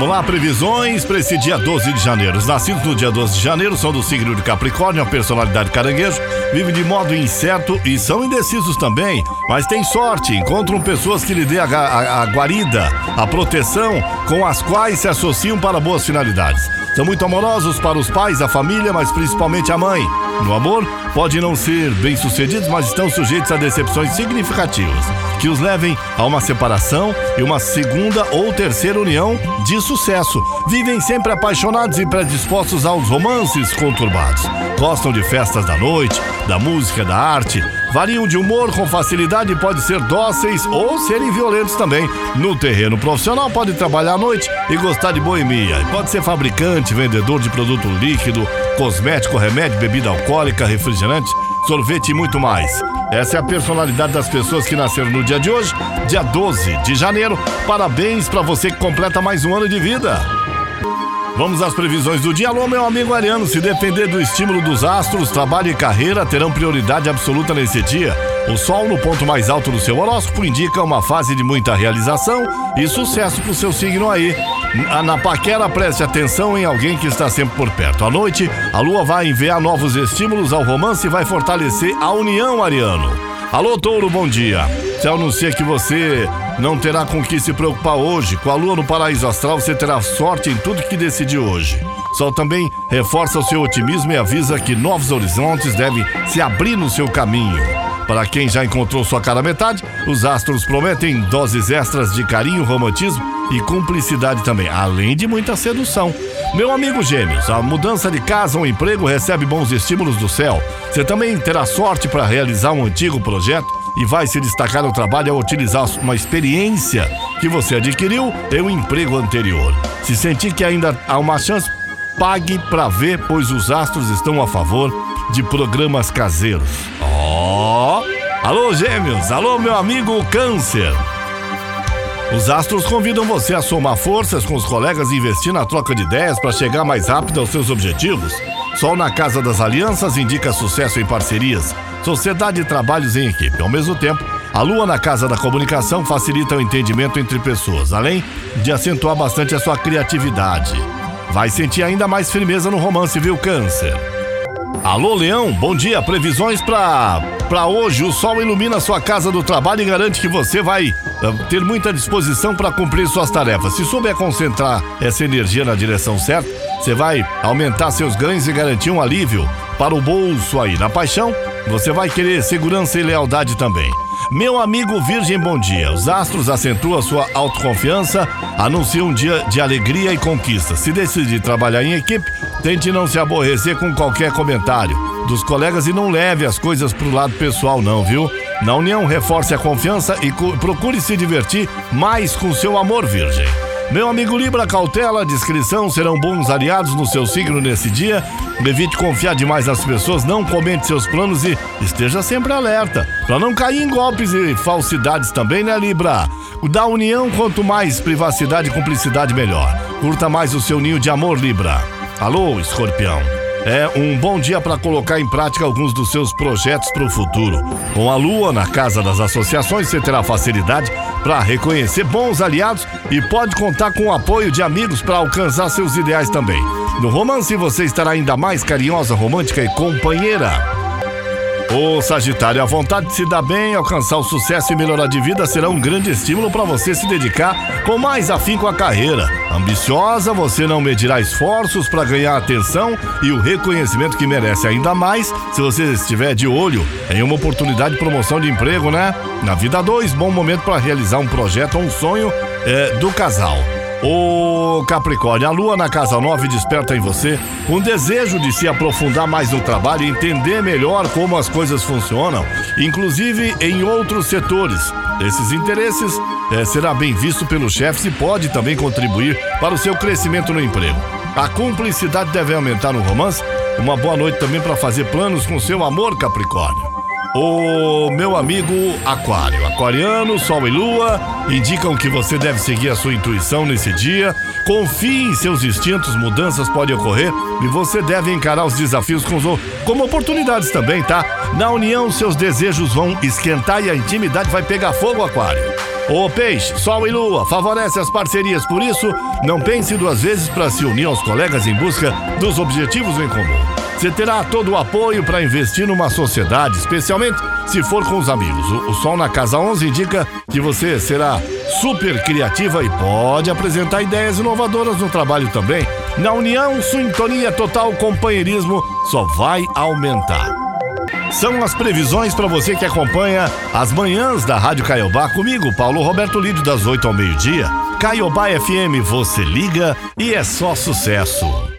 Vamos lá, previsões para esse dia 12 de janeiro. Os nascidos no dia 12 de janeiro são do signo de Capricórnio, a personalidade caranguejo, vivem de modo incerto e são indecisos também, mas têm sorte, encontram pessoas que lhe dê a guarida, a proteção com as quais se associam para boas finalidades. São muito amorosos para os pais, a família, mas principalmente a mãe. No amor, podem não ser bem-sucedidos, mas estão sujeitos a decepções significativas, que os levem a uma separação e uma segunda ou terceira união de sucesso. Vivem sempre apaixonados e predispostos aos romances conturbados. Gostam de festas da noite, da música, da arte. Variam de humor com facilidade e podem ser dóceis ou serem violentos também. No terreno profissional, pode trabalhar à noite e gostar de boemia. Pode ser fabricante, vendedor de produto líquido, cosmético, remédio, bebida alcoólica, refrigerante, sorvete e muito mais. Essa é a personalidade das pessoas que nasceram no dia de hoje, dia 12 de janeiro. Parabéns para você que completa mais um ano de vida. Vamos às previsões do dia. Alô, meu amigo Ariano, se depender do estímulo dos astros, trabalho e carreira terão prioridade absoluta nesse dia. O Sol, no ponto mais alto do seu horóscopo, indica uma fase de muita realização e sucesso pro seu signo aí. Na paquera, preste atenção em alguém que está sempre por perto. À noite, a Lua vai enviar novos estímulos ao romance e vai fortalecer a união, Ariano. Alô, Touro, bom dia. Se anuncia que você não terá com que se preocupar hoje. Com a Lua no paraíso astral, você terá sorte em tudo que decidir hoje. Sol também reforça o seu otimismo e avisa que novos horizontes devem se abrir no seu caminho. Para quem já encontrou sua cara metade, os astros prometem doses extras de carinho, romantismo e cumplicidade também, além de muita sedução. Meu amigo Gêmeos, a mudança de casa ou emprego recebe bons estímulos do céu. Você também terá sorte para realizar um antigo projeto e vai se destacar no trabalho ao utilizar uma experiência que você adquiriu em um emprego anterior. Se sentir que ainda há uma chance, pague para ver, pois os astros estão a favor de programas caseiros. Alô, Gêmeos! Alô, meu amigo Câncer! Os astros convidam você a somar forças com os colegas e investir na troca de ideias para chegar mais rápido aos seus objetivos. Sol na casa das alianças indica sucesso em parcerias, sociedade e trabalhos em equipe. Ao mesmo tempo, a Lua na casa da comunicação facilita o entendimento entre pessoas, além de acentuar bastante a sua criatividade. Vai sentir ainda mais firmeza no romance, viu, Câncer? Alô, Leão, bom dia. Previsões para hoje. O Sol ilumina sua casa do trabalho e garante que você vai ter muita disposição para cumprir suas tarefas. Se souber concentrar essa energia na direção certa, você vai aumentar seus ganhos e garantir um alívio para o bolso aí. Na paixão, você vai querer segurança e lealdade também. Meu amigo Virgem, bom dia. Os astros acentuam a sua autoconfiança, anunciam um dia de alegria e conquista. Se decidir trabalhar em equipe, tente não se aborrecer com qualquer comentário dos colegas e não leve as coisas pro lado pessoal não, viu? Na união, reforce a confiança e procure se divertir mais com seu amor, Virgem. Meu amigo Libra, cautela, discrição serão bons aliados no seu signo nesse dia. Evite confiar demais nas pessoas, não comente seus planos e esteja sempre alerta para não cair em golpes e falsidades também, né, Libra? Da união, quanto mais privacidade e cumplicidade, melhor. Curta mais o seu ninho de amor, Libra. Alô, Escorpião. É um bom dia para colocar em prática alguns dos seus projetos para o futuro. Com a Lua na casa das associações, você terá facilidade para reconhecer bons aliados e pode contar com o apoio de amigos para alcançar seus ideais também. No romance, você estará ainda mais carinhosa, romântica e companheira. O Sagitário, a vontade de se dar bem, alcançar o sucesso e melhorar de vida será um grande estímulo para você se dedicar com mais afinco à carreira. Ambiciosa, você não medirá esforços para ganhar a atenção e o reconhecimento que merece, ainda mais se você estiver de olho em uma oportunidade de promoção de emprego, né? Na vida 2, bom momento para realizar um projeto ou um sonho do casal. O Capricórnio, a Lua na casa 9 desperta em você um desejo de se aprofundar mais no trabalho e entender melhor como as coisas funcionam, inclusive em outros setores. Esses interesses será bem visto pelos chefes e pode também contribuir para o seu crescimento no emprego. A cumplicidade deve aumentar no romance. Uma boa noite também para fazer planos com seu amor, Capricórnio. O meu amigo Aquário, aquariano, Sol e Lua indicam que você deve seguir a sua intuição nesse dia. Confie em seus instintos, mudanças podem ocorrer e você deve encarar os desafios como oportunidades também, tá? Na união, seus desejos vão esquentar e a intimidade vai pegar fogo, Aquário. O Peixe, Sol e Lua favorece as parcerias, por isso, não pense duas vezes para se unir aos colegas em busca dos objetivos em comum. Você terá todo o apoio para investir numa sociedade, especialmente se for com os amigos. O Sol na Casa 11 indica que você será super criativa e pode apresentar ideias inovadoras no trabalho também. Na união, sintonia total, companheirismo só vai aumentar. São as previsões para você que acompanha as manhãs da Rádio Caiobá comigo, Paulo Roberto Lídio, das 8 ao meio-dia. Caiobá FM, você liga e é só sucesso.